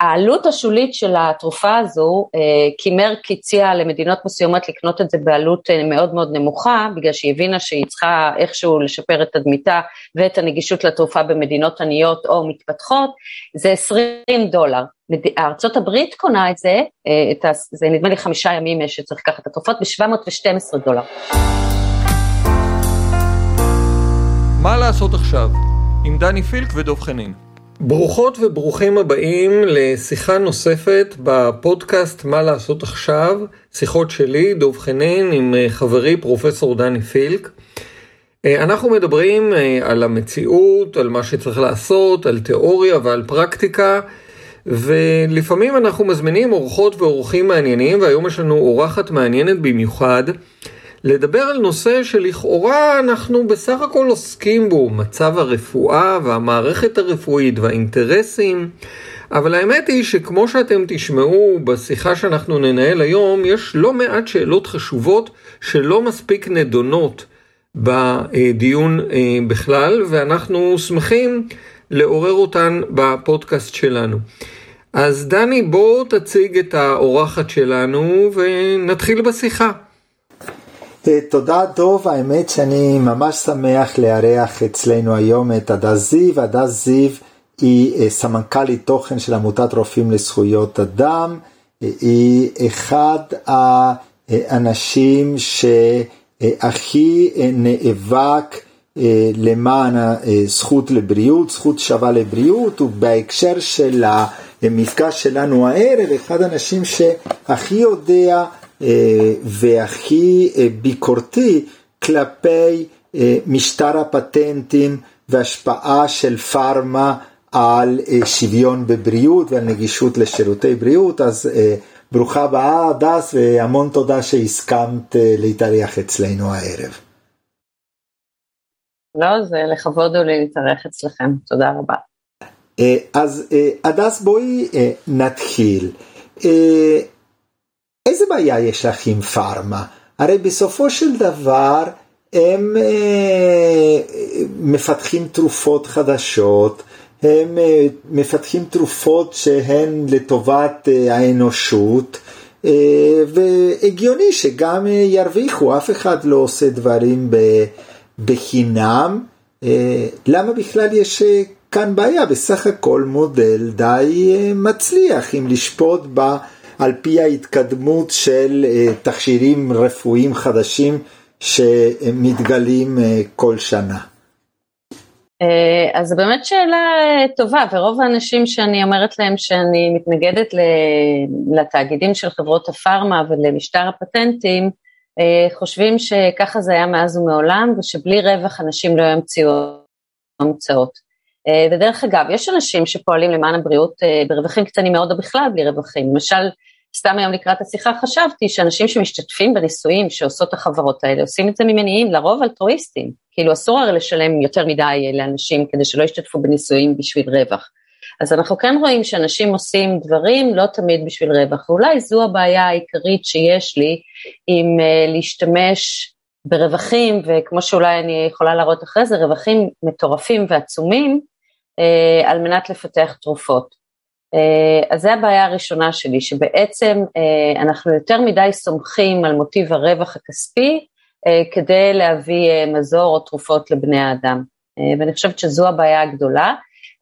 העלות השולית של התרופה הזו, כי מרק הציעה למדינות מסוימות לקנות את זה בעלות מאוד מאוד נמוכה, בגלל שהיא הבינה שהיא צריכה איכשהו לשפר את תדמיתה ואת הנגישות לתרופה במדינות עניות או מתפתחות, זה $20. ארצות הברית קונה את זה, זה נדמה לי 5 ימים שצריך לקחת את התרופות, $712. מה לעשות עכשיו? עם דני פילק ודוב חנין. ברוכות וברוכים הבאים לשיחה נוספת בפודקאסט מה לעשות עכשיו, שיחות שלי, דוב חנין, עם חברי פרופסור דני פילק. אנחנו מדברים על המציאות, על מה שצריך לעשות, על תיאוריה ועל פרקטיקה, ולפעמים אנחנו מזמינים אורחות ואורחים מעניינים, והיום יש לנו אורחת מעניינת במיוחד, לדבר על נושא שלכאורה אנחנו בסך הכל עוסקים בו, מצב הרפואה והמערכת הרפואית והאינטרסים, אבל האמת היא שכמו שאתם תשמעו בשיחה שאנחנו ננהל היום, יש לא מעט שאלות חשובות שלא מספיק נדונות בדיון בכלל, ואנחנו שמחים לעורר אותן בפודקאסט שלנו. אז דני, בוא תציג את האורחת שלנו ונתחיל בשיחה. תודה דוב, האמת שאני ממש שמח לארח אצלנו היום את הדס זיו. הדס זיו היא סמנכ"לית תוכן של עמותת רופאים לזכויות אדם, היא אחד האנשים שהכי נאבק למען זכות לבריאות, זכות שווה לבריאות, ובהקשר של המפגש שלנו הערב, אחד האנשים שהכי יודע והכי ביקורתי כלפי משטר הפטנטים והשפעה של פארמה על שוויון בבריאות ועל נגישות לשירותי בריאות. אז ברוכה הבאה הדס, והמון תודה שהסכמת להתארח אצלנו הערב. לא, זה לכבוד הוא לי להתארח אצלכם, תודה רבה. אז הדס, בואי נתחיל. איזה בעיה יש לך עם פארמה? הרי בסופו של דבר הם מפתחים תרופות חדשות, הם מפתחים תרופות שהן לטובת האנושות, והגיוני שגם ירוויחו, אף אחד לא עושה דברים בחינם. למה בכלל יש כאן בעיה? בסך הכל מודל די מצליח, אם לשפוט על פי ההתקדמות של תכשירים רפואיים חדשים שמתגלים כל שנה. אז זו באמת שאלה טובה, ורוב האנשים שאני אומרת להם שאני מתנגדת לתאגידים של חברות הפארמה ולמשטר הפטנטים, חושבים שככה זה היה מאז ומעולם, ושבלי רווח אנשים לא ימציאו המצאות. ודרך אגב, יש אנשים שפועלים למען הבריאות ברווחים קטנים מאוד או בכלל בלי רווחים. למשל, סתם היום לקראת השיחה חשבתי שאנשים שמשתתפים בניסויים שעושות החברות האלה, עושים את זה ממניעים, לרוב אלטרואיסטים. כאילו אסור הרי לשלם יותר מדי לאנשים כדי שלא ישתתפו בניסויים בשביל רווח. אז אנחנו כן רואים שאנשים עושים דברים לא תמיד בשביל רווח, ואולי זו הבעיה העיקרית שיש לי עם להשתמש ברווחים, וכמו שאולי אני יכולה להראות אחרי זה, רווחים מטורפים ועצומים, על מנת לפתח תרופות. אז זה הבעיה הראשונה שלי, שבעצם אנחנו יותר מדי סומכים על מוטיב הרווח הכספי, כדי להביא מזור או תרופות לבני האדם. ואני חושבת שזו הבעיה הגדולה,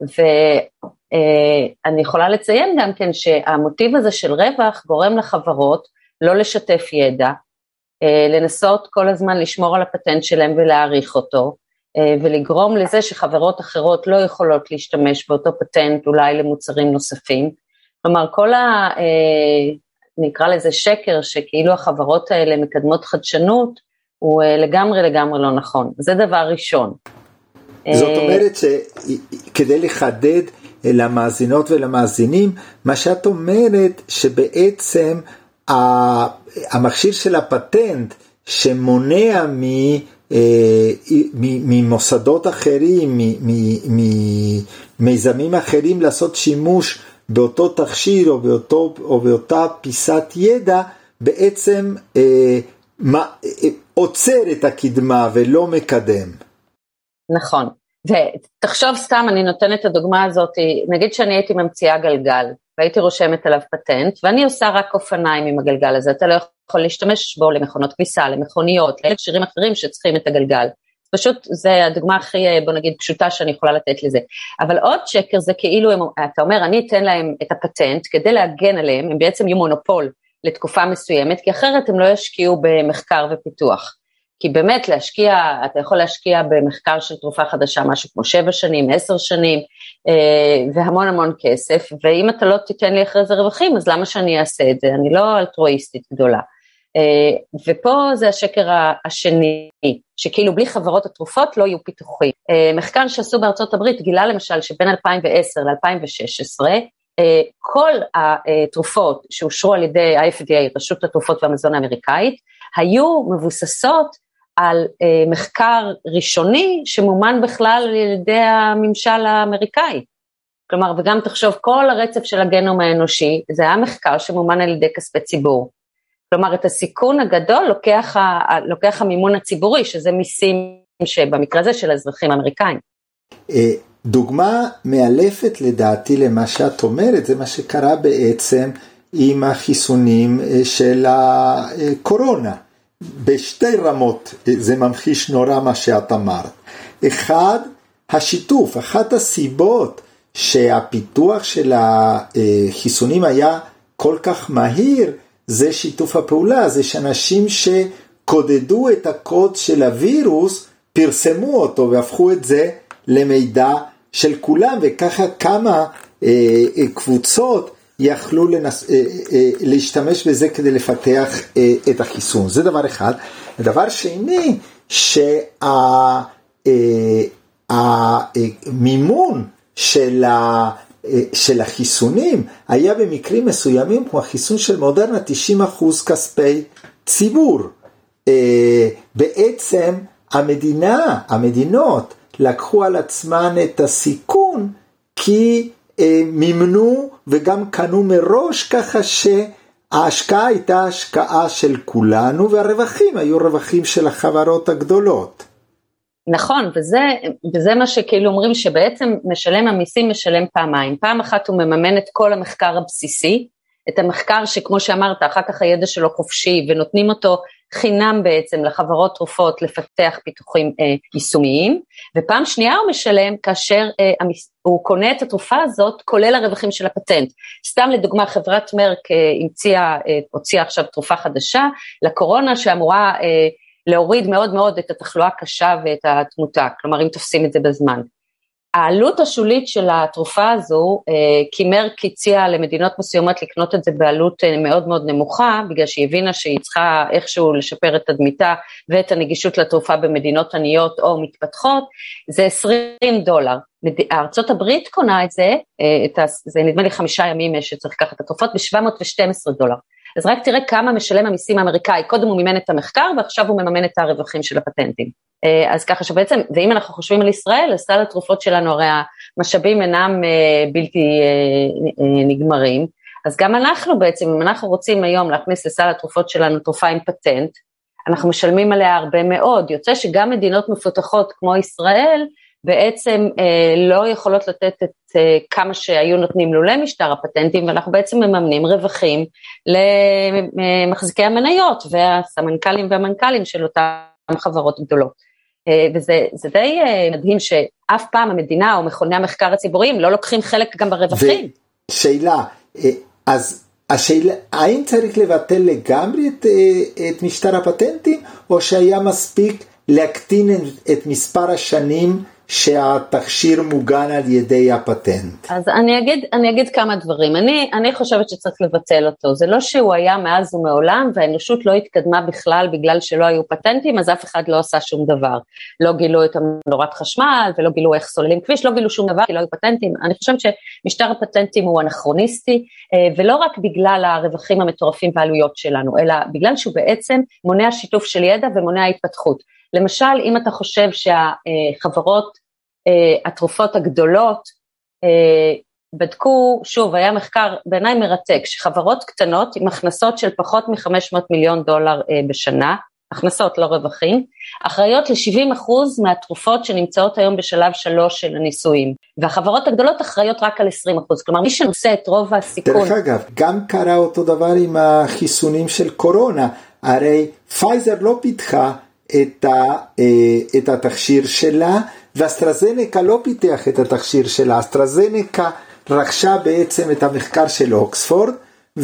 ואני יכולה לציין גם כן שהמוטיב הזה של רווח גורם לחברות לא לשתף ידע, לנסות כל הזמן לשמור על הפטנט שלהם ולהעריך אותו, ולגרום לזה שחברות אחרות לא יכולות להשתמש באותו פטנט אולי למוצרים נוספים. כלומר, כל נקרא לזה שקר שכאילו החברות האלה מקדמות חדשנות, הוא לגמרי לא נכון. זה דבר ראשון. זאת אומרת שכדי לחדד למאזינות ולמאזינים, מה שאת אומרת שבעצם המכשיר של הפטנט שמונע ממוסדות אחרים, ממיזמים אחרים לעשות שימוש באותו תכשיר או באותה פיסת ידע, בעצם עוצר את הקדמה ולא מקדם. נכון, ותחשוב סתם, אני נותנת את הדוגמה הזאת, נגיד שאני הייתי ממציאה גלגל, והייתי רושמת עליו פטנט, ואני עושה רק אופניים עם הגלגל הזה, אתה לא יכול להשתמש בו למכונות כביסה, למכוניות, להקשרים אחרים שצריכים את הגלגל. פשוט זה הדוגמה הכי, בוא נגיד, פשוטה שאני יכולה לתת לזה. אבל עוד שקר זה כאילו, אתה אומר, אני אתן להם את הפטנט כדי להגן עליהם, הם בעצם יהיו מונופול לתקופה מסוימת, כי אחרת הם לא ישקיעו במחקר ופיתוח. כי באמת להשקיע, אתה יכול להשקיע במחקר של תרופה חדשה, משהו כמו 7 שנים, 10 שנים, והמון המון כסף, ואם אתה לא תיתן לי אחרי זה רווחים, אז למה שאני אעשה את זה? אני לא אלטרואיסטית גדולה. ופה זה השקר השני, שכאילו בלי חברות התרופות לא יהיו פיתוחים. מחקר שעשו בארצות הברית גילה למשל שבין 2010 ל-2016, כל התרופות שאושרו על ידי ה-FDA, רשות התרופות והמזון האמריקאית, היו מבוססות על מחקר ראשוני שמומן בכלל על ידי הממשל האמריקאי. כלומר, וגם תחשוב, כל הרצף של הגנום האנושי, זה היה מחקר שמומן על ידי כספי ציבור. כלומר, את הסיכון הגדול לוקח המימון הציבורי, שזה מיסים שבמקרה הזה של האזרחים האמריקאים. דוגמה מאלפת לדעתי למה שאת אומרת, זה מה שקרה בעצם עם החיסונים של הקורונה. בשתי רמות, זה ממחיש נורא מה שאת אמרת. אחד, השיתוף, אחת הסיבות שהפיתוח של החיסונים היה כל כך מהיר, זה שיתוף הפעולה, זה שאנשים שקודדו את הקוד של הווירוס, פרסמו אותו והפכו את זה למידע של כולם, וככה כמה קבוצות יכלו להשתמש בזה כדי לפתח את החיסון. זה דבר אחד. הדבר שני, שהמימון של החיסונים היה במקרים מסוימים, כמו החיסון של מודרנה, 90% כספי ציבור. בעצם המדינות לקחו על עצמן את הסיכון, כי מימנו וגם קנו מראש, ככה שההשקעה הייתה השקעה של כולנו, והרווחים היו רווחים של החברות הגדולות. נכון, וזה מה שכאילו אומרים, שבעצם משלם המיסים משלם פעמיים. פעם אחת הוא מממן את כל המחקר הבסיסי, את המחקר שכמו שאמרת, אחר כך הידע שלו חופשי, ונותנים אותו חינם בעצם לחברות תרופות לפתח פיתוחים יישומיים, ופעם שנייה הוא משלם כאשר הוא קונה את התרופה הזאת, כולל הרווחים של הפטנט. סתם לדוגמה, חברת מרק הוציאה עכשיו תרופה חדשה לקורונה, שאמורה להוריד מאוד מאוד את התחלואה הקשה ואת התמותה, כלומר אם תופסים את זה בזמן. העלות השולית של התרופה הזו, כי מרק הציעה למדינות מסוימות לקנות את זה בעלות מאוד מאוד נמוכה, בגלל שהיא הבינה שהיא צריכה איכשהו לשפר את תדמיתה ואת הנגישות לתרופה במדינות עניות או מתפתחות, זה $20. ארצות הברית קונה את זה, זה נדמה לי 5 ימים שצריך לקחת את התרופות, $712. אז רק תראה כמה משלם המיסים האמריקאי, קודם הוא מימן את המחקר, ועכשיו הוא מממן את הרווחים של הפטנטים. אז ככה שבעצם, ואם אנחנו חושבים על ישראל, סל התרופות שלנו, הרי המשאבים אינם בלתי נגמרים, אז גם אנחנו בעצם, אם אנחנו רוצים היום להכניס לסל התרופות שלנו תרופה עם פטנט, אנחנו משלמים עליה הרבה מאוד, יוצא שגם מדינות מפותחות כמו ישראל, בעצם לא יכולות לתת את כמה שהיו נותנים לו למשטר הפטנטים, ואנחנו בעצם מממנים רווחים למחזיקי המניות, והסמנכלים והמנכ"לים של אותם חברות גדולות. וזה די מדהים שאף פעם המדינה או מכוני המחקר הציבוריים לא לוקחים חלק גם ברווחים. ושאלה, אז השאלה, האם צריך לבטל לגמרי את משטר הפטנטים, או שהיה מספיק להקטין את מספר השנים שהתכשיר מוגן על ידי הפטנט? אז אני אגיד כמה דברים. אני חושבת שצריך לבטל אותו. זה לא שהוא היה מאז ומעולם, והאנושות לא התקדמה בכלל בגלל שלא היו פטנטים, אז אף אחד לא עשה שום דבר. לא גילו את המנורת חשמל, ולא גילו איך סוללים כביש, לא גילו שום דבר, כי לא היו פטנטים. אני חושבת שמשטר הפטנטים הוא אנכרוניסטי, ולא רק בגלל הרווחים המטורפים והעלויות שלנו, אלא בגלל שהוא בעצם מונע שיתוף של ידע ומונע התפתחות. למשל, אם אתה חושב שהחברות, התרופות הגדולות, בדקו, שוב, היה מחקר בעיניי מרתק, שחברות קטנות עם הכנסות של פחות $500 מיליון בשנה, הכנסות לא רווחים, אחראיות ל-70% מהתרופות שנמצאות היום בשלב 3 של הניסויים, והחברות הגדולות אחראיות רק על 20%, כלומר מי שנושא את רוב הסיכון. דרך אגב, גם קרה אותו דבר עם החיסונים של קורונה, הרי פייזר לא פיתחה את התכשיר שלה, ואסטרזנקה לא פיתח את התכשיר שלה, אסטרזנקה רכשה בעצם את המחקר של אוקספורד,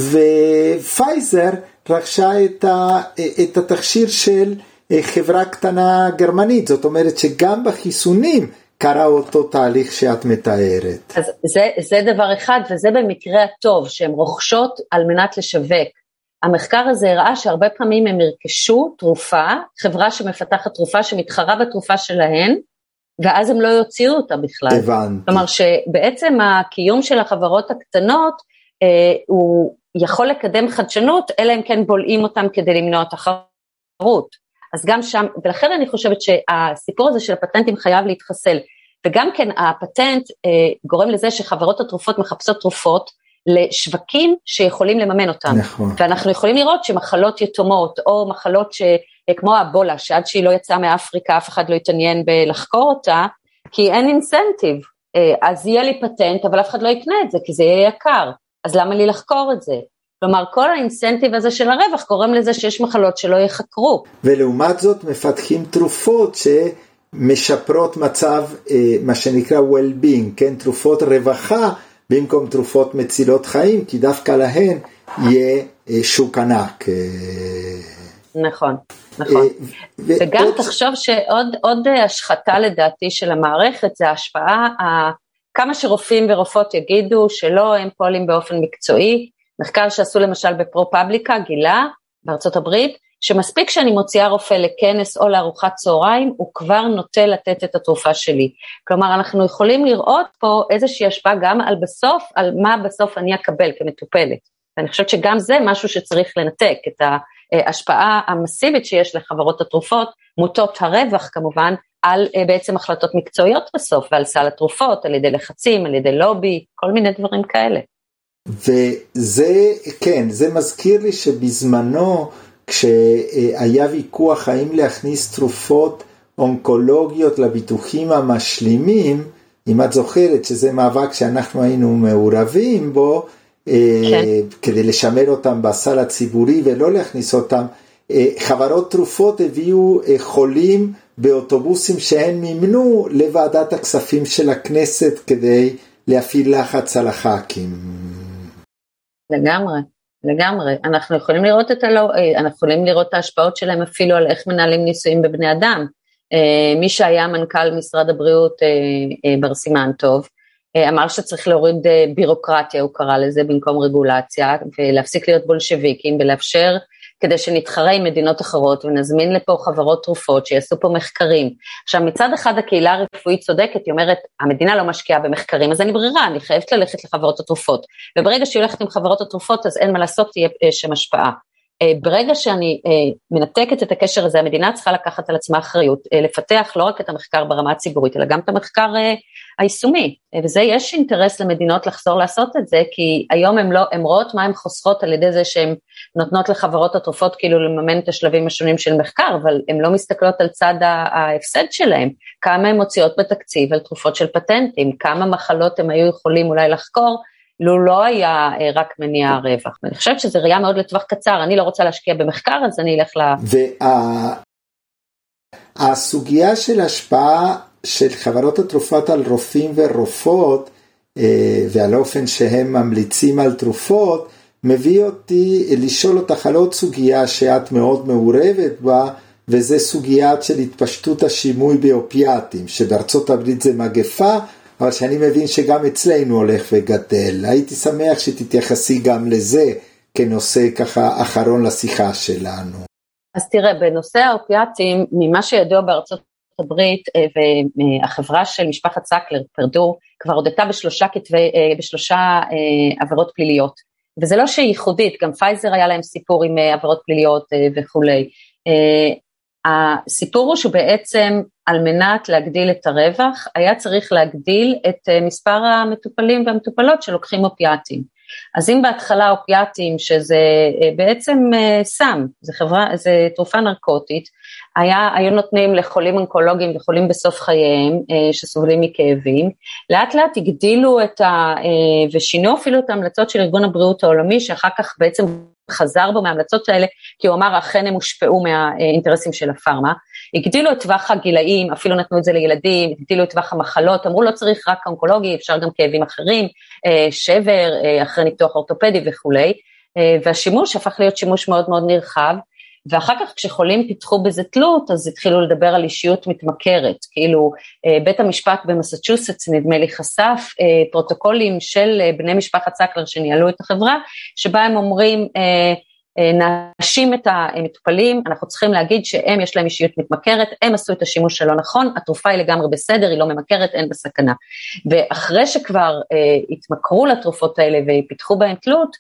ופייזר רכשה את התכשיר של חברה קטנה גרמנית, זאת אומרת שגם בחיסונים קרה אותו תהליך שאת מתארת. אז זה דבר אחד, וזה במקרה הטוב, שהן רוכשות על מנת לשווק. המחקר הזה הראה שהרבה פעמים הם ירכשו תרופה, חברה שמפתחת תרופה שמתחרה בתרופה שלהן, ואז הם לא יוציאו אותה בכלל. הבנתי. כלומר שבעצם הקיום של החברות הקטנות, הוא יכול לקדם חדשנות, אלא אם כן בולעים אותם כדי למנוע תחרות. אז גם שם, ולכן אני חושבת שהסיפור הזה של הפטנטים חייב להתחסל, וגם כן הפטנט גורם לזה שחברות התרופות מחפשות תרופות, לשווקים שיכולים לממן אותם. נכון. ואנחנו יכולים לראות שמחלות יתומות, או מחלות כמו האבולה, שעד שהיא לא יצאה מאפריקה, אף אחד לא יתעניין בלחקור אותה, כי אין אינסנטיב. אז יהיה לי פטנט, אבל אף אחד לא יקנה את זה, כי זה יהיה יקר. אז למה לי לחקור את זה? כלומר, כל האינסנטיב הזה של הרווח גורם לזה שיש מחלות שלא יחקרו. ולעומת זאת מפתחים תרופות שמשפרות מצב, מה שנקרא well-being, כן? תרופות רווחה, במקום תרופות מצילות חיים, כי דווקא להן יהיה שוק ענק. נכון, נכון. וגם תחשוב שעוד השחתה לדעתי של המערכת, זה ההשפעה, כמה שרופאים ורופאות יגידו שלא הם פועלים באופן מקצועי, מחקר שעשו למשל בפרו-פאבליקה, גילה, בארצות הברית, שמספיק שאני מוציאה רופא לכנס או לארוחת צהריים, הוא כבר נוטה לתת את התרופה שלי. כלומר, אנחנו יכולים לראות פה איזושהי השפעה גם על בסוף, על מה בסוף אני אקבל כמטופלת. ואני חושבת שגם זה משהו שצריך לנתק, את ההשפעה המסיבית שיש לחברות התרופות, מוטות הרווח כמובן, על בעצם החלטות מקצועיות בסוף, ועל סל התרופות, על ידי לחצים, על ידי לובי, כל מיני דברים כאלה. וזה, כן, זה מזכיר לי שבזמנו, כשהיה ויכוח האם להכניס תרופות אונקולוגיות לביטוחים המשלימים, אם את זוכרת שזה מאבק שאנחנו היינו מעורבים בו, כן. כדי לשמר אותם בסל הציבורי ולא להכניס אותם, חברות תרופות הביאו חולים באוטובוסים שהן מימנו לוועדת הכספים של הכנסת כדי להפעיל לחץ על הח"כים. לגמרי, אנחנו יכולים לראות אנחנו יכולים לראות את ההשפעות שלהם אפילו על איך מנהלים ניסויים בבני אדם. מי שהיה מנכ"ל משרד הבריאות בר סימן טוב, אמר שצריך להוריד בירוקרטיה, הוא קרא לזה במקום רגולציה, ולהפסיק להיות בולשביקים ולאפשר כדי שנתחרה עם מדינות אחרות ונזמין לפה חברות תרופות שיעשו פה מחקרים. עכשיו מצד אחד הקהילה הרפואית צודקת, היא אומרת המדינה לא משקיעה במחקרים, אז אני ברירה, אני חייבת ללכת לחברות התרופות, וברגע שהיא הולכת עם חברות התרופות אז אין מה לעשות, תהיה שם השפעה. ברגע שאני מנתקת את הקשר הזה, המדינה צריכה לקחת על עצמה אחריות, לפתח לא רק את המחקר ברמה הציבורית, אלא גם את המחקר היישומי, וזה יש אינטרס למדינות לחזור לעשות את זה, כי היום הן רואות מה הן חוסכות על ידי זה שהן נותנות לחברות התרופות כאילו לממן את השלבים השונים של מחקר, אבל הן לא מסתכלות על צד ההפסד שלהן, כמה הן מוציאות בתקציב על תרופות של פטנטים, כמה מחלות הן היו יכולים אולי לחקור, לא היה רק מניע הרווח. ואני חושבת שזה ראייה מאוד לטווח קצר, אני לא רוצה להשקיע במחקר, אז אני אלך והסוגיה של השפעה של חברות התרופות על רופאים ורופאות, ועל אופן שהם ממליצים על תרופות, מביא אותי לשאול אותך על עוד סוגיה שאת מאוד מעורבת בה, וזה סוגיה של התפשטות השימוש באופיאטים, שבארצות הברית זה מגפה, אבל שאני מבין שגם אצלנו הולך וגדל. הייתי שמח שתתייחסי גם לזה כנושא ככה אחרון לשיחה שלנו. אז תראה, בנושא האופיאטים, ממה שידוע בארצות הברית, והחברה של משפחת סקלר, פרדו, כבר הודתה בשלושה עבירות פליליות. וזה לא שהיא ייחודית, גם פייזר היה להם סיפור עם עבירות פליליות וכולי. הסיפור הוא שבעצם על מנת להגדיל את הרווח, היה צריך להגדיל את מספר המטופלים והמטופלות שלוקחים אופיאטים. אז אם בהתחלה אופיאטים, שזה בעצם סם, זה תרופה נרקוטית, היו נותנים לחולים אונקולוגיים וחולים בסוף חייהם, שסובלים מכאבים, לאט לאט הגדילו ושינו אפילו את ההמלצות של ארגון הבריאות העולמי, שאחר כך בעצם חזר בו מההמלצות האלה, כי הוא אמר, אכן הם הושפעו מהאינטרסים של הפארמה, הגדילו את טווח הגילאים, אפילו נתנו את זה לילדים, הגדילו את טווח המחלות, אמרו לא צריך רק אונקולוגי, אפשר גם כאבים אחרים, שבר, אחרי ניתוח אורתופדי וכו', והשימוש הפך להיות שימוש מאוד מאוד נרחב, ואחר כך כשחולים פיתחו בזה תלות, אז התחילו לדבר על אישיות מתמכרת, כאילו בית המשפט במסצ'וסטס נדמה לי חשף פרוטוקולים של בני משפחת סקלר שניהלו את החברה, שבה הם אומרים, נאשים את המטופלים, אנחנו צריכים להגיד שהם יש להם אישיות מתמכרת, הם עשו את השימוש שלא נכון, התרופה היא לגמרי בסדר, היא לא ממכרת, אין בסכנה. ואחרי שכבר התמכרו לתרופות האלה ופיתחו בהן תלות,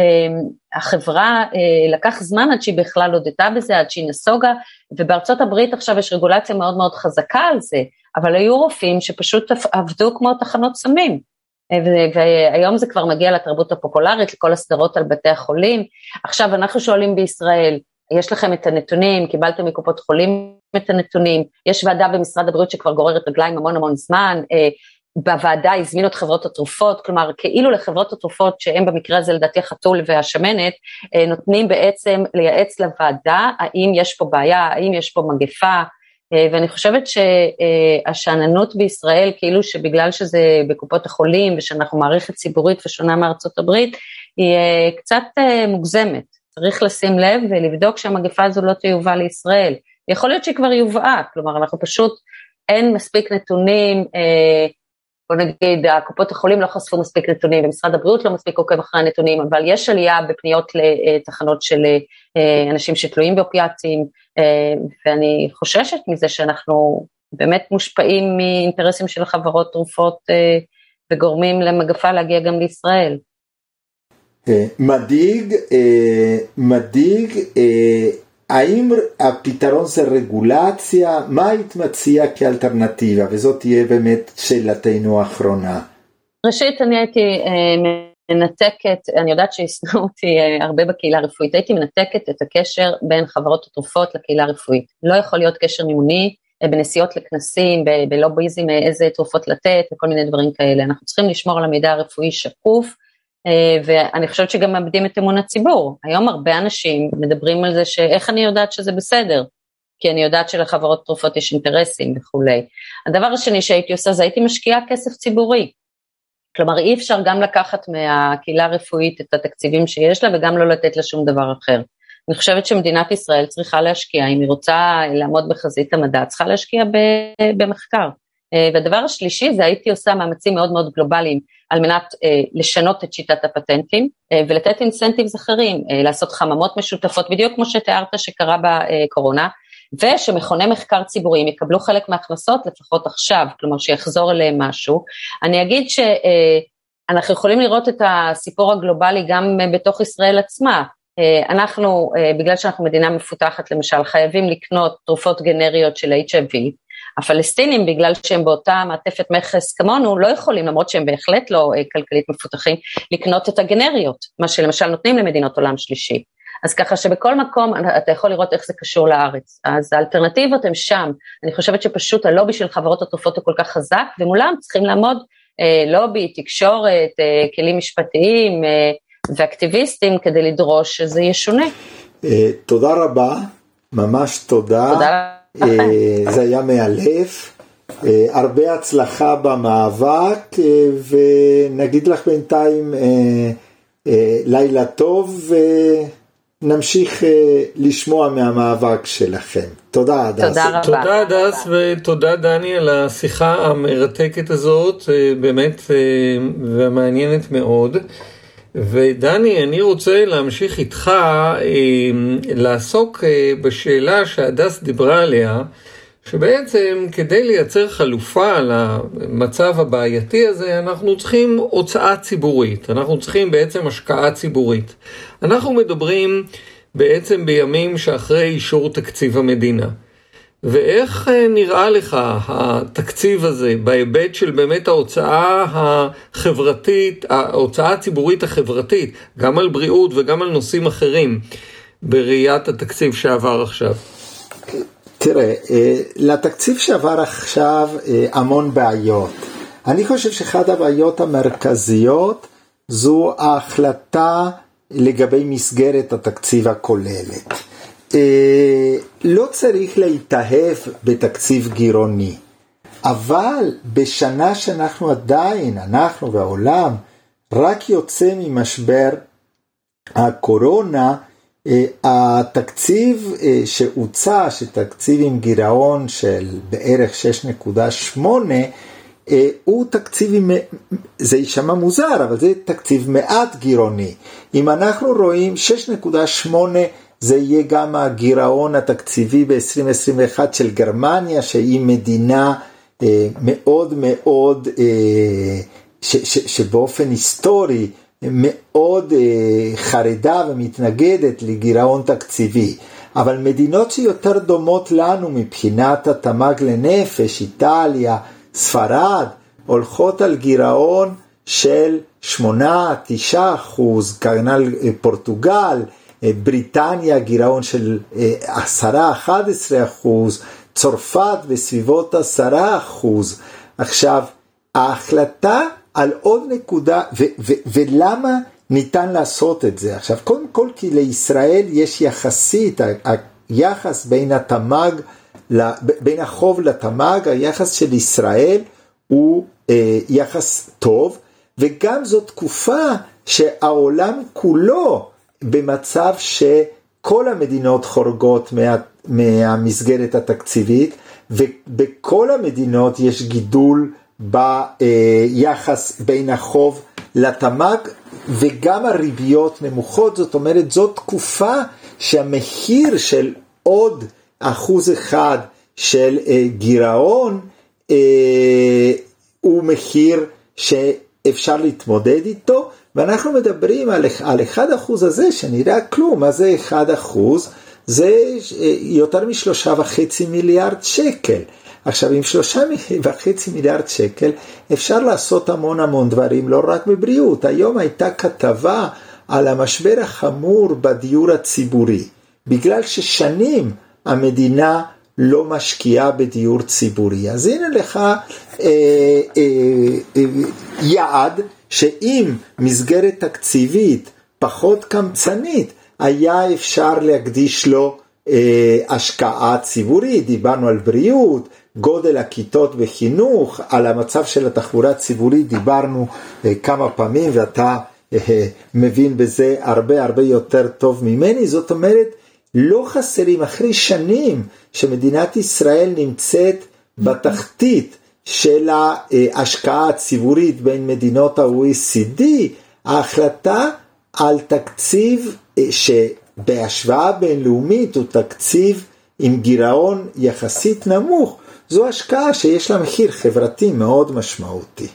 החברה לקח זמן עד שהיא בכלל הודתה בזה, עד שהיא נסוגה, ובארצות הברית עכשיו יש רגולציה מאוד מאוד חזקה על זה, אבל היו רופאים שפשוט עבדו כמו תחנות סמים, והיום זה כבר מגיע לתרבות הפופולרית, לכל הסדרות על בתי החולים. עכשיו אנחנו שואלים בישראל, יש לכם את הנתונים, קיבלתם מקופות חולים את הנתונים, יש ועדה במשרד הבריאות שכבר גוררת רגליים המון המון זמן, בוועדה הזמינו את חברות התרופות, כלומר כאילו לחברות התרופות שהן במקרה הזה לדעתי החתול והשמנת, נותנים בעצם לייעץ לוועדה, האם יש פה בעיה, האם יש פה מגפה, ואני חושבת שהשעננות בישראל, כאילו שבגלל שזה בקופות החולים, ושאנחנו מערכת ציבורית ושונה מארצות הברית, היא קצת מוגזמת, צריך לשים לב ולבדוק שהמגפה הזו לא תיובא לישראל, יכול להיות שהיא כבר יובאה, כלומר אנחנו פשוט אין מספיק נתונים, בוא נגיד, הקופות החולים לא חשפו מספיק נתונים, ומשרד הבריאות לא מספיק עוקב אחרי הנתונים, אבל יש עלייה בפניות לתחנות של אנשים שתלויים באופיאטים, ואני חוששת מזה שאנחנו באמת מושפעים מאינטרסים של חברות תרופות, וגורמים למגפה להגיע גם לישראל. מדאיג, האם הפתרון זה רגולציה? מה היית מציע כאלטרנטיבה? וזאת תהיה באמת שאלתנו האחרונה. ראשית, אני הייתי מנתקת, אני יודעת שישנאו אותי הרבה בקהילה הרפואית, הייתי מנתקת את הקשר בין חברות התרופות לקהילה הרפואית. לא יכול להיות קשר מימוני, בנסיעות לכנסים, בלוביזם, איזה תרופות לתת וכל מיני דברים כאלה. אנחנו צריכים לשמור על המידע הרפואי שקוף, ואני חושבת שגם מאבדים את אמון הציבור. היום הרבה אנשים מדברים על זה שאיך אני יודעת שזה בסדר, כי אני יודעת שלחברות תרופות יש אינטרסים וכולי. הדבר השני שהייתי עושה זה הייתי משקיעה כסף ציבורי, כלומר אי אפשר גם לקחת מהקהילה הרפואית את התקציבים שיש לה וגם לא לתת לה שום דבר אחר. אני חושבת שמדינת ישראל צריכה להשקיע, אם היא רוצה לעמוד בחזית המדע, צריכה להשקיע במחקר. והדבר השלישי זה הייתי עושה מאמצים מאוד מאוד גלובליים, על מנת לשנות את שיטת הפטנטים, ולתת אינסנטיבס אחרים, לעשות חממות משותפות, בדיוק כמו שתיארת שקרה בקורונה, ושמכוני מחקר ציבוריים יקבלו חלק מההכנסות, לפחות עכשיו, כלומר שיחזור אליהם משהו. אני אגיד שאנחנו יכולים לראות את הסיפור הגלובלי גם בתוך ישראל עצמה, אנחנו, בגלל שאנחנו מדינה מפותחת למשל, חייבים לקנות תרופות גנריות של HIV, הפלסטינים, בגלל שהם באותה מעטפת מכס כמונו, לא יכולים, למרות שהם בהחלט לא כלכלית מפותחים, לקנות את הגנריות, מה שלמשל נותנים למדינות עולם שלישי. אז ככה שבכל מקום אתה יכול לראות איך זה קשור לארץ. אז האלטרנטיבות הן שם. אני חושבת שפשוט הלובי של חברות התרופות הוא כל כך חזק, ומולם צריכים לעמוד לובי, תקשורת, כלים משפטיים ואקטיביסטים, כדי לדרוש שזה ישונה. תודה רבה, ממש תודה. תודה. זה היה מאלף, הרבה הצלחה במאבק, ונגיד לך בינתיים לילה טוב, ונמשיך לשמוע מהמאבק שלכם. תודה הדס. תודה רבה. תודה הדס ותודה דני על השיחה המרתקת הזאת, באמת ומעניינת מאוד. ודני, אני רוצה להמשיך איתך לעסוק בשאלה שהדס דיברה עליה, שבעצם כדי לייצר חלופה למצב הבעייתי הזה, אנחנו צריכים הוצאה ציבורית, אנחנו צריכים בעצם השקעה ציבורית. אנחנו מדברים בעצם בימים שאחרי אישור תקציב המדינה. ואיך נראה לך התקציב הזה בהיבט של באמת ההוצאה החברתית, ההוצאה הציבורית החברתית, גם על בריאות וגם על נושאים אחרים, בראיית התקציב שעבר עכשיו? תראה, לתקציב שעבר עכשיו המון בעיות. אני חושב שאחת הבעיות המרכזיות זו ההחלטה לגבי מסגרת התקציב הכוללת. לא צריך להתאהב בתקציב גירעוני, אבל בשנה שאנחנו עדיין, אנחנו והעולם, רק יוצא ממשבר הקורונה, התקציב שהוצע, שתקציב עם גירעון של בערך 6.8, הוא תקציב, זה יישמע מוזר, אבל זה תקציב מעט גירעוני. אם אנחנו רואים 6.8, זה יהיה גם הגירעון התקציבי ב-2021 של גרמניה, שהיא מדינה מאוד מאוד, שבאופן היסטורי מאוד חרדה ומתנגדת לגירעון תקציבי. אבל מדינות שיותר דומות לנו מבחינת התמ"ג לנפש, איטליה, ספרד, הולכות על גירעון של 8-9%, כנ"ל פורטוגל, בריטניה גירעון של 10-11%, צרפת בסביבות 10%. עכשיו, ההחלטה על עוד נקודה, ולמה ניתן לעשות את זה? עכשיו, קודם כל כי לישראל יש יחסית, היחס בין התמ"ג, בין החוב לתמ"ג, היחס של ישראל הוא יחס טוב, וגם זו תקופה שהעולם כולו במצב שכל המדינות חורגות מהמסגרת התקציבית, ובכל המדינות יש גידול ביחס בין החוב לתמ"ג, וגם הריביות נמוכות. זאת אומרת, זו תקופה שהמחיר של עוד 1% של גירעון הוא מחיר שאפשר להתמודד איתו, ואנחנו מדברים על 1% הזה שנראה כלום. מה זה 1%? זה יותר מ3.5 מיליארד שקל. עכשיו, עם 3.5 מיליארד שקל אפשר לעשות המון דברים, לא רק בבריאות. היום הייתה כתבה על המשבר החמור בדיור הציבורי, בגלל ששנים המדינה לא משקיעה בדיור ציבורי. אז הנה לך יעד שאם מסגרת תקציבית פחות קמצנית, היה אפשר להקדיש לו השקעה ציבורית. דיברנו על בריאות, גודל הכיתות בחינוך, על המצב של התחבורה הציבורית דיברנו כמה פעמים, ואתה מבין בזה הרבה יותר טוב ממני. זאת אומרת, לא חסרים, אחרי שנים שמדינת ישראל נמצאת בתחתית של ההשקעה הציבורית בין מדינות ה-OECD, ההחלטה על תקציב שבהשוואה בינלאומית הוא תקציב עם גירעון יחסית נמוך, זו השקעה שיש לה מחיר חברתי מאוד משמעותי.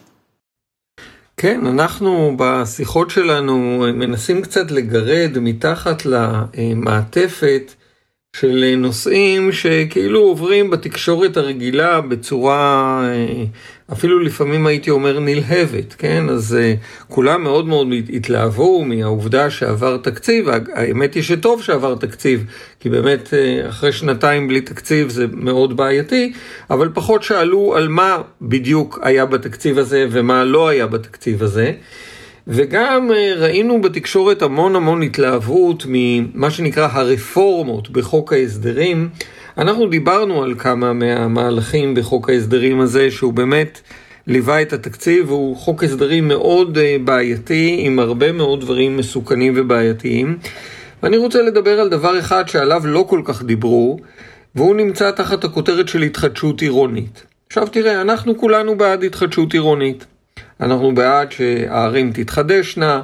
כן, אנחנו בשיחות שלנו מנסים קצת לגרד מתחת למעטפת של נושאים שכאילו עוברים בתקשורת הרגילה בצורה, אפילו לפעמים הייתי אומר נלהבת, כן? אז כולם מאוד התלהבו מהעובדה שעבר תקציב. האמת היא שטוב שעבר תקציב, כי באמת אחרי שנתיים בלי תקציב זה מאוד בעייתי, אבל פחות שאלו על מה בדיוק היה בתקציב הזה ומה לא היה בתקציב הזה. וגם ראינו בתקשורת המון התלהבות ממה שנקרא הרפורמות בחוק ההסדרים. אנחנו דיברנו על כמה מהמהלכים בחוק ההסדרים הזה, שהוא באמת ליווה את התקציב, והוא חוק הסדרים מאוד בעייתי, עם הרבה מאוד דברים מסוכנים ובעייתיים. ואני רוצה לדבר על דבר אחד שעליו לא כל כך דיברו, והוא נמצא תחת הכותרת של התחדשות עירונית. עכשיו תראה, אנחנו כולנו בעד התחדשות עירונית. אנחנו בעד שהערים תתחדשנה,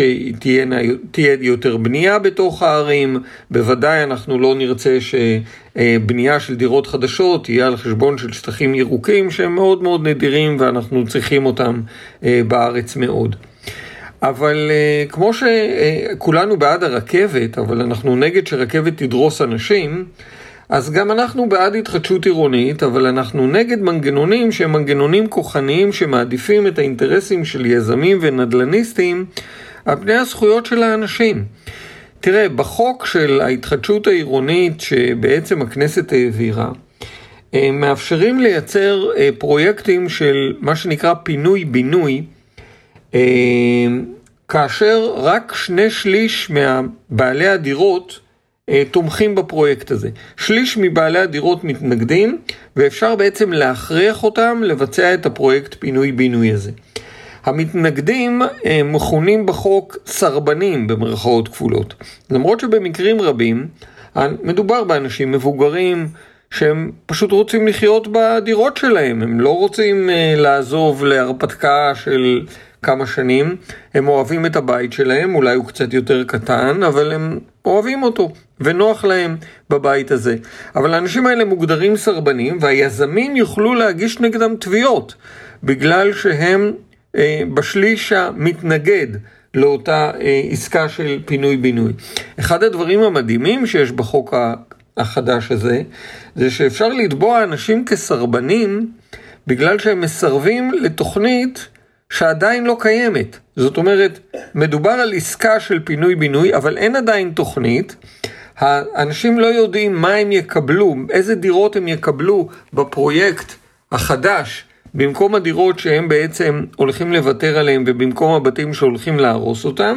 שתהיה יותר בנייה בתוך הערים. בוודאי אנחנו לא נרצה שבנייה של דירות חדשות תהיה על חשבון של שטחים ירוקים שהם מאוד נדירים ואנחנו צריכים אותם בארץ מאוד. אבל כמו שכולנו בעד הרכבת, אבל אנחנו נגד שרכבת תדרוס אנשים, אז גם אנחנו בעד התחדשות עירונית, אבל אנחנו נגד מנגנונים שהם מנגנונים כוחניים שמעדיפים את האינטרסים של יזמים ונדלניסטים על פני הזכויות של האנשים. תראה, בחוק של ההתחדשות העירונית שבעצם הכנסת העבירה, מאפשרים לייצר פרויקטים של מה שנקרא פינוי-בינוי, כאשר רק 2/3 מבעלי הדירות תומכים בפרויקט הזה. 1/3 מבעלי הדירות מתנגדים, ואפשר בעצם להכריח אותם לבצע את הפרויקט פינוי-בינוי הזה. המתנגדים מכונים בחוק סרבנים במרכאות כפולות. למרות שבמקרים רבים מדובר באנשים מבוגרים שהם פשוט רוצים לחיות בדירות שלהם. הם לא רוצים לעזוב להרפתקה של כמה שנים. הם אוהבים את הבית שלהם, אולי הוא קצת יותר קטן, אבל הם אוהבים אותו ונוח להם בבית הזה. אבל האנשים האלה מוגדרים סרבנים, והיזמים יוכלו להגיש נגדם תביעות, בגלל שהם בשליש המתנגד לאותה עסקה של פינוי-בינוי. אחד הדברים המדהימים שיש בחוק החדש הזה, זה שאפשר לתבוע אנשים כסרבנים, בגלל שהם מסרבים לתוכנית שעדיין לא קיימת. זאת אומרת, מדובר על עסקה של פינוי-בינוי, אבל אין עדיין תוכנית. האנשים לא יודעים מה הם יקבלו, איזה דירות הם יקבלו בפרויקט החדש, במקום הדירות שהם בעצם הולכים לוותר עליהם, ובמקום הבתים שהולכים להרוס אותם.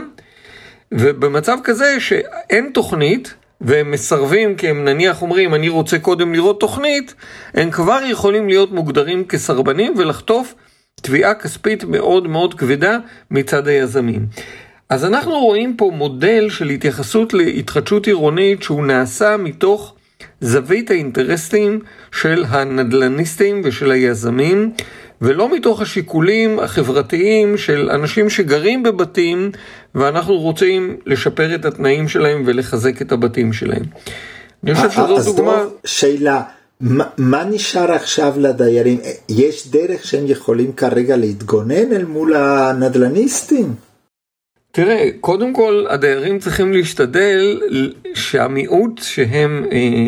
ובמצב כזה שאין תוכנית, והם מסרבים, כי הם נניח אומרים, אני רוצה קודם לראות תוכנית, הם כבר יכולים להיות מוגדרים כסרבנים, ולחטוף תביעה כספית מאוד מאוד כבדה מצד היזמים. אז אנחנו רואים פה מודל של התייחסות להתחדשות עירונית, שהוא נעשה מתוך זווית האינטרסים של הנדלניסטים ושל היזמים, ולא מתוך השיקולים החברתיים של אנשים שגרים בבתים, ואנחנו רוצים לשפר את התנאים שלהם ולחזק את הבתים שלהם. אני חושב שזו דוגמה. שאלה, מה נשאר עכשיו לדיירים? יש דרך שהם יכולים כרגע להתגונן אל מול הנדלניסטים? תראה, קודם כל הדיירים צריכים להשתדל שהמיעוט שהם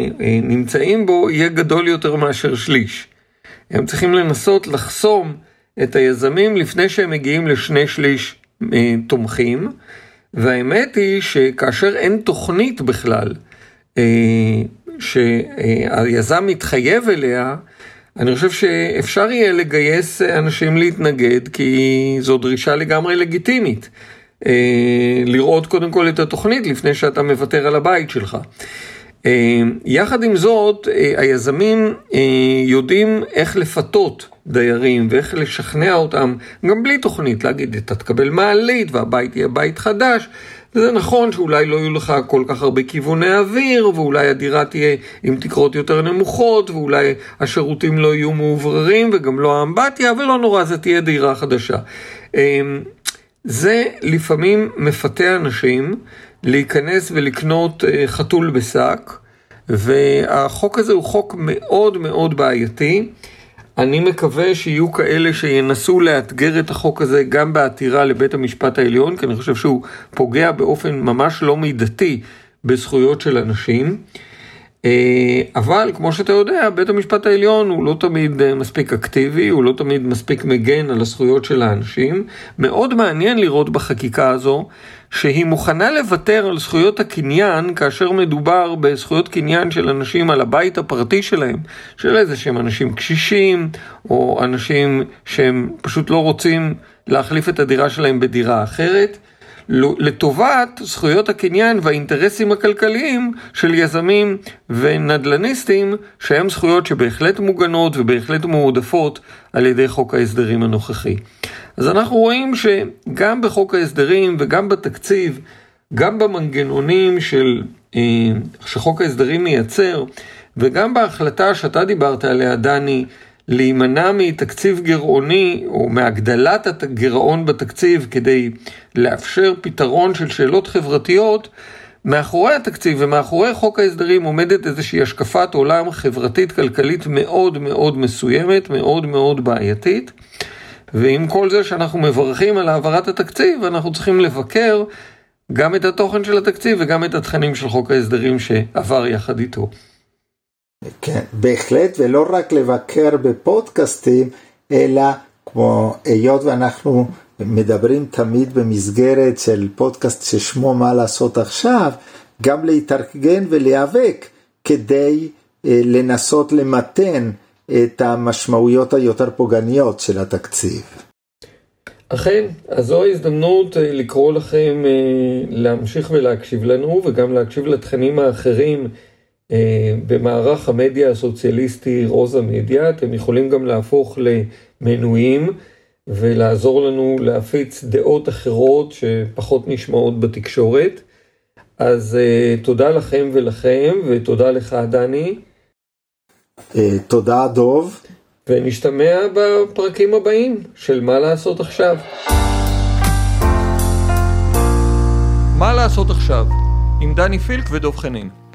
נמצאים בו יהיה גדול יותר מאשר שליש. הם צריכים לנסות לחסום את היזמים לפני שהם מגיעים ל2/3 תומכים, והאמת היא שכאשר אין תוכנית בכלל שהיזם מתחייב אליה, אני חושב שאפשר יהיה לגייס אנשים להתנגד, כי זו דרישה לגמרי לגיטימית. לראות קודם כל את התוכנית לפני שאתה מוותר על הבית שלך. יחד עם זאת, היזמים יודעים איך לפתות דיירים ואיך לשכנע אותם, גם בלי תוכנית, להגיד, אתה תקבל מעלית והבית יהיה בית חדש. זה נכון שאולי לא יהיו לך כל כך הרבה כיווני אוויר, ואולי הדירה תהיה עם תקרות יותר נמוכות, ואולי השירותים לא יהיו מעובררים, וגם לא האמבטיה, ולא נורא, זה תהיה דירה חדשה. זה לפעמים מפתה אנשים להיכנס ולקנות חתול בשק, והחוק הזה הוא חוק מאוד מאוד בעייתי. אני מקווה שיהיו כאלה שינסו לאתגר את החוק הזה גם בעתירה לבית המשפט העליון, כי אני חושב שהוא פוגע באופן ממש לא מידתי בזכויות של אנשים. אבל כמו שאתה יודע, בית המשפט העליון הוא לא תמיד מספיק אקטיבי, הוא לא תמיד מספיק מגן על הזכויות של האנשים. מאוד מעניין לראות בחקיקה הזו שהיא מוכנה לוותר על זכויות הקניין, כאשר מדובר בזכויות קניין של אנשים על הבית הפרטי שלהם, של איזה שהם אנשים קשישים, או אנשים שהם פשוט לא רוצים להחליף את הדירה שלהם בדירה אחרת, לטובת זכויות הקניין והאינטרסים הכלכליים של יזמים ונדלניסטים, שהם זכויות שבהחלט מוגנות ובהחלט מועדפות על ידי חוק ההסדרים הנוכחי. אז אנחנו רואים שגם בחוק ההסדרים וגם בתקציב, גם במנגנונים שחוק ההסדרים מייצר, וגם בהחלטה שאתה דיברת עליה, דני, להימנע מתקציב גירעוני או מהגדלת הגירעון בתקציב כדי לאפשר פתרון של שאלות חברתיות, מאחורי התקציב ומאחורי חוק ההסדרים עומדת איזושהי השקפת עולם חברתית כלכלית מאוד מאוד מסוימת, מאוד מאוד בעייתית. ועם כל זה שאנחנו מברכים על העברת התקציב, אנחנו צריכים לבקר גם את התוכן של התקציב וגם את התכנים של חוק ההסדרים שעבר יחד איתו. כן, בהחלט, ולא רק לבקר בפודקאסטים, אלא כמו היות ואנחנו מדברים תמיד במסגרת של פודקאסט ששמו מה לעשות עכשיו, גם להתארגן ולהיאבק כדי לנסות למתן את המשמעויות היותר פוגעניות של התקציב. אכן, אז זו ההזדמנות לקרוא לכם להמשיך ולהקשיב לנו, וגם להקשיב לתכנים האחרים במערך המדיה הסוציאליסטי רוזה מדיה. אתם יכולים גם להפוך למנויים ולעזור לנו להפיץ דעות אחרות שפחות נשמעות בתקשורת. אז תודה לכם ולכם, ותודה לך דני. תודה דוב. ונשתמע בפרקים הבאים של מה לעשות עכשיו. מה לעשות עכשיו עם דני פילק ודוב חנין.